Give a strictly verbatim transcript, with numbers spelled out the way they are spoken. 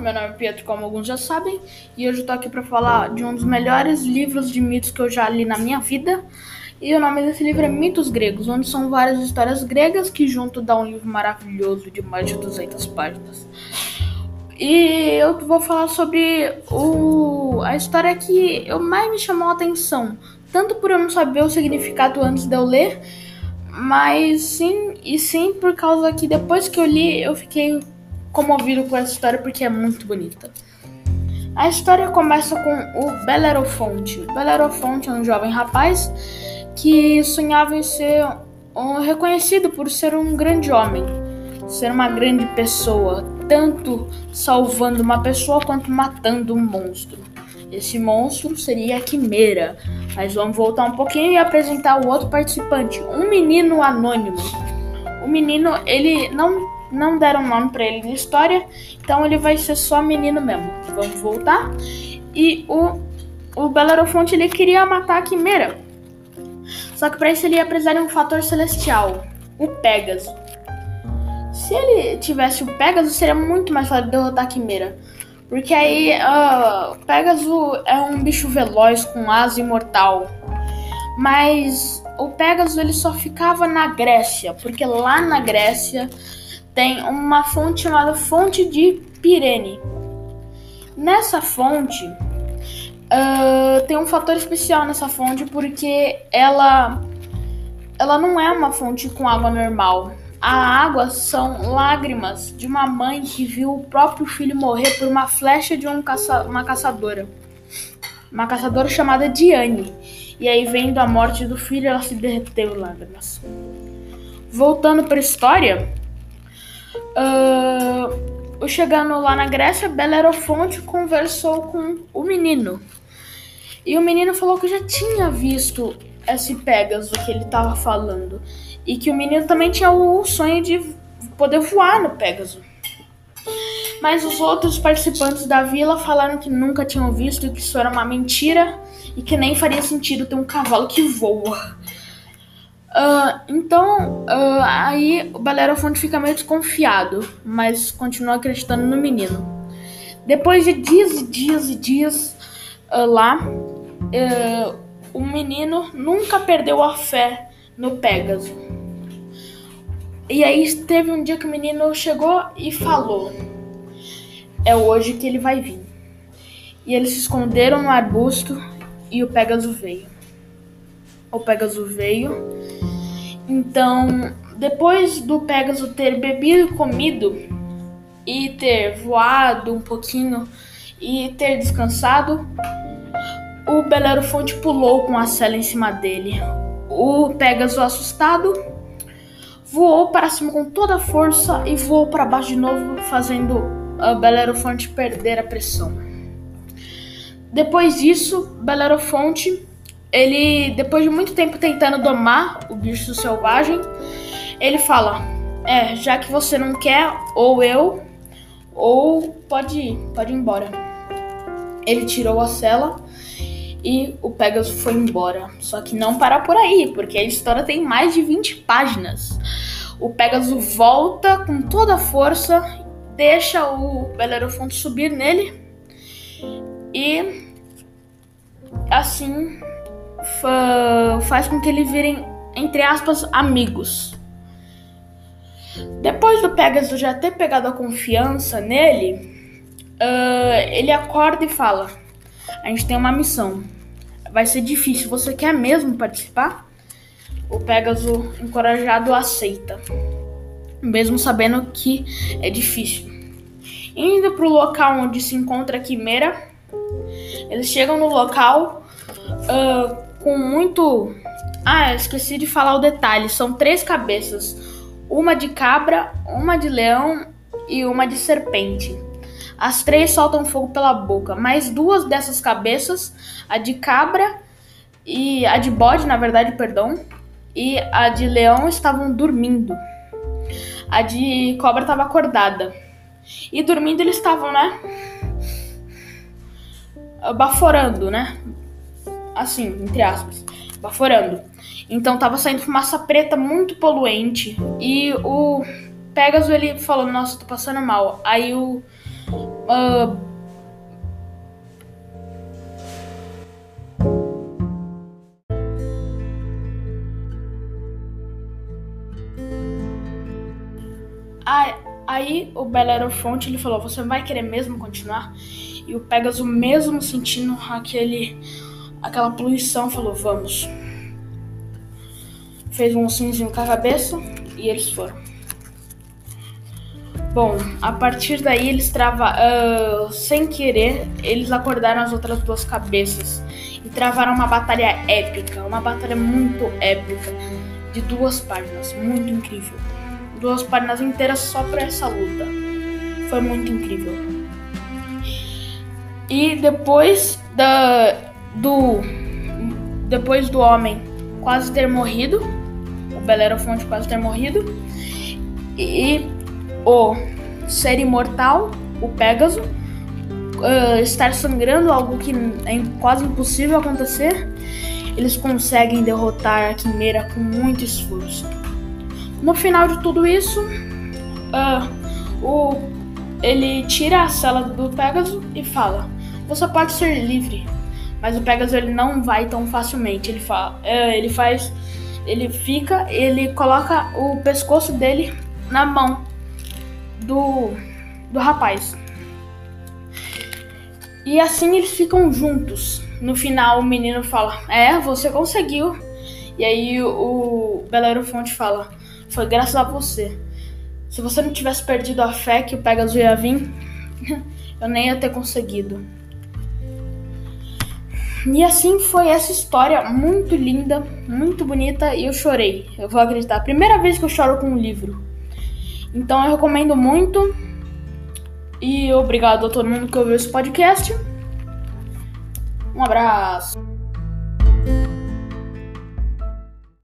meu nome é Pietro, como alguns já sabem, e hoje eu tô aqui para falar de um dos melhores livros de mitos que eu já li na minha vida. E o nome desse livro é Mitos Gregos, onde são várias histórias gregas que junto dá um livro maravilhoso de mais de duzentas páginas. E eu vou falar sobre o, a história que eu mais me chamou a atenção, tanto por eu não saber o significado antes de eu ler, mas sim, e sim por causa que depois que eu li, eu fiquei comovido com essa história porque é muito bonita. A história começa com o Belerofonte. O Belerofonte é um jovem rapaz que sonhava em ser um, reconhecido por ser um grande homem, ser uma grande pessoa, tanto salvando uma pessoa quanto matando um monstro. Esse monstro seria a Quimera. Mas vamos voltar um pouquinho e apresentar o outro participante, um menino anônimo. O menino, ele não não deram nome pra ele na história, então ele vai ser só menino mesmo. Vamos voltar. E o, o Belerofonte, ele queria matar a Quimera. Só que pra isso ele ia precisar de um fator celestial, o Pégaso. Se ele tivesse o Pégaso, seria muito mais fácil derrotar a Quimera. Porque aí uh, o Pégaso é um bicho veloz com asa imortal. Mas o Pégaso ele só ficava na Grécia, porque lá na Grécia tem uma fonte chamada Fonte de Pirene. Nessa fonte, uh, tem um fator especial nessa fonte, porque ela, ela não é uma fonte com água normal. A água são lágrimas de uma mãe que viu o próprio filho morrer por uma flecha de um caça, uma caçadora. Uma caçadora chamada Diane. E aí, vendo a morte do filho, ela se derreteu em lágrimas. Voltando para a história, uh, chegando lá na Grécia, Belerofonte conversou com o menino. E o menino falou que já tinha visto esse Pégaso que ele estava falando. E que o menino também tinha o sonho de poder voar no Pégaso. Mas os outros participantes da vila falaram que nunca tinham visto, que isso era uma mentira e que nem faria sentido ter um cavalo que voa. Uh, então, uh, aí o Belerofonte fica meio desconfiado, mas continua acreditando no menino. Depois de dias e dias e dias uh, lá, uh, o menino nunca perdeu a fé no Pégaso. E aí teve um dia que o menino chegou e falou: é hoje que ele vai vir. E eles se esconderam no arbusto e o Pégaso veio. O Pégaso veio. Então, depois do Pégaso ter bebido e comido e ter voado um pouquinho e ter descansado, o Belerofonte pulou com a sela em cima dele. O Pégaso, assustado, voou para cima com toda a força e voou para baixo de novo, fazendo o Belerofonte perder a pressão. Depois disso, Belerofonte, ele, depois de muito tempo tentando domar o bicho selvagem, ele fala: é, já que você não quer, ou eu, ou pode ir, pode ir embora. Ele tirou a sela e o Pégaso foi embora. Só que não para por aí, porque a história tem mais de vinte páginas. O Pégaso volta com toda a força, deixa o Belerofonte subir nele e assim fa- faz com que eles virem, entre aspas, amigos. Depois do Pégaso já ter pegado a confiança nele, uh, ele acorda e fala: a gente tem uma missão. Vai ser difícil, você quer mesmo participar? O Pégaso, encorajado, aceita, mesmo sabendo que é difícil. Indo para o local onde se encontra a Quimera, eles chegam no local uh, com muito... Ah, esqueci de falar o detalhe. São três cabeças. Uma de cabra, uma de leão e uma de serpente. As três soltam fogo pela boca, mas duas dessas cabeças, a de cabra e a de bode, na verdade, perdão, e a de leão estavam dormindo. A de cobra estava acordada. E dormindo eles estavam, né, baforando, né, assim, entre aspas, baforando. Então tava saindo fumaça preta muito poluente. E o Pégaso, ele falou: nossa, tô passando mal. Aí o Uh, Aí o Belerofonte ele falou: você vai querer mesmo continuar? E o Pégaso, mesmo sentindo aquele, aquela poluição, falou: vamos. Fez um cinzinho com a cabeça e eles foram. Bom, a partir daí eles travaram, uh, sem querer, eles acordaram as outras duas cabeças e travaram uma batalha épica, uma batalha muito épica, de duas páginas, muito incrível. Duas páginas inteiras só pra essa luta. Foi muito incrível. E depois da, do depois do homem quase ter morrido, o Belerofonte quase ter morrido, e o ser imortal, o Pégaso, uh, estar sangrando, algo que é quase impossível acontecer, eles conseguem derrotar a Quimera com muito esforço. No final de tudo isso, uh, o, ele tira a cela do Pégaso e fala: você pode ser livre. Mas o Pégaso ele não vai tão facilmente. Ele, fala, uh, ele faz, ele fica, ele coloca o pescoço dele na mão do, do rapaz. E assim eles ficam juntos. No final o menino fala: é, você conseguiu. E aí o, o Belerofonte fala: foi graças a você. Se você não tivesse perdido a fé que o Pégaso ia vir, eu nem ia ter conseguido. E assim foi essa história muito linda, muito bonita, e eu chorei. Eu vou acreditar. Primeira vez que eu choro com um livro. Então eu recomendo muito. E obrigado a todo mundo que ouviu esse podcast. Um abraço.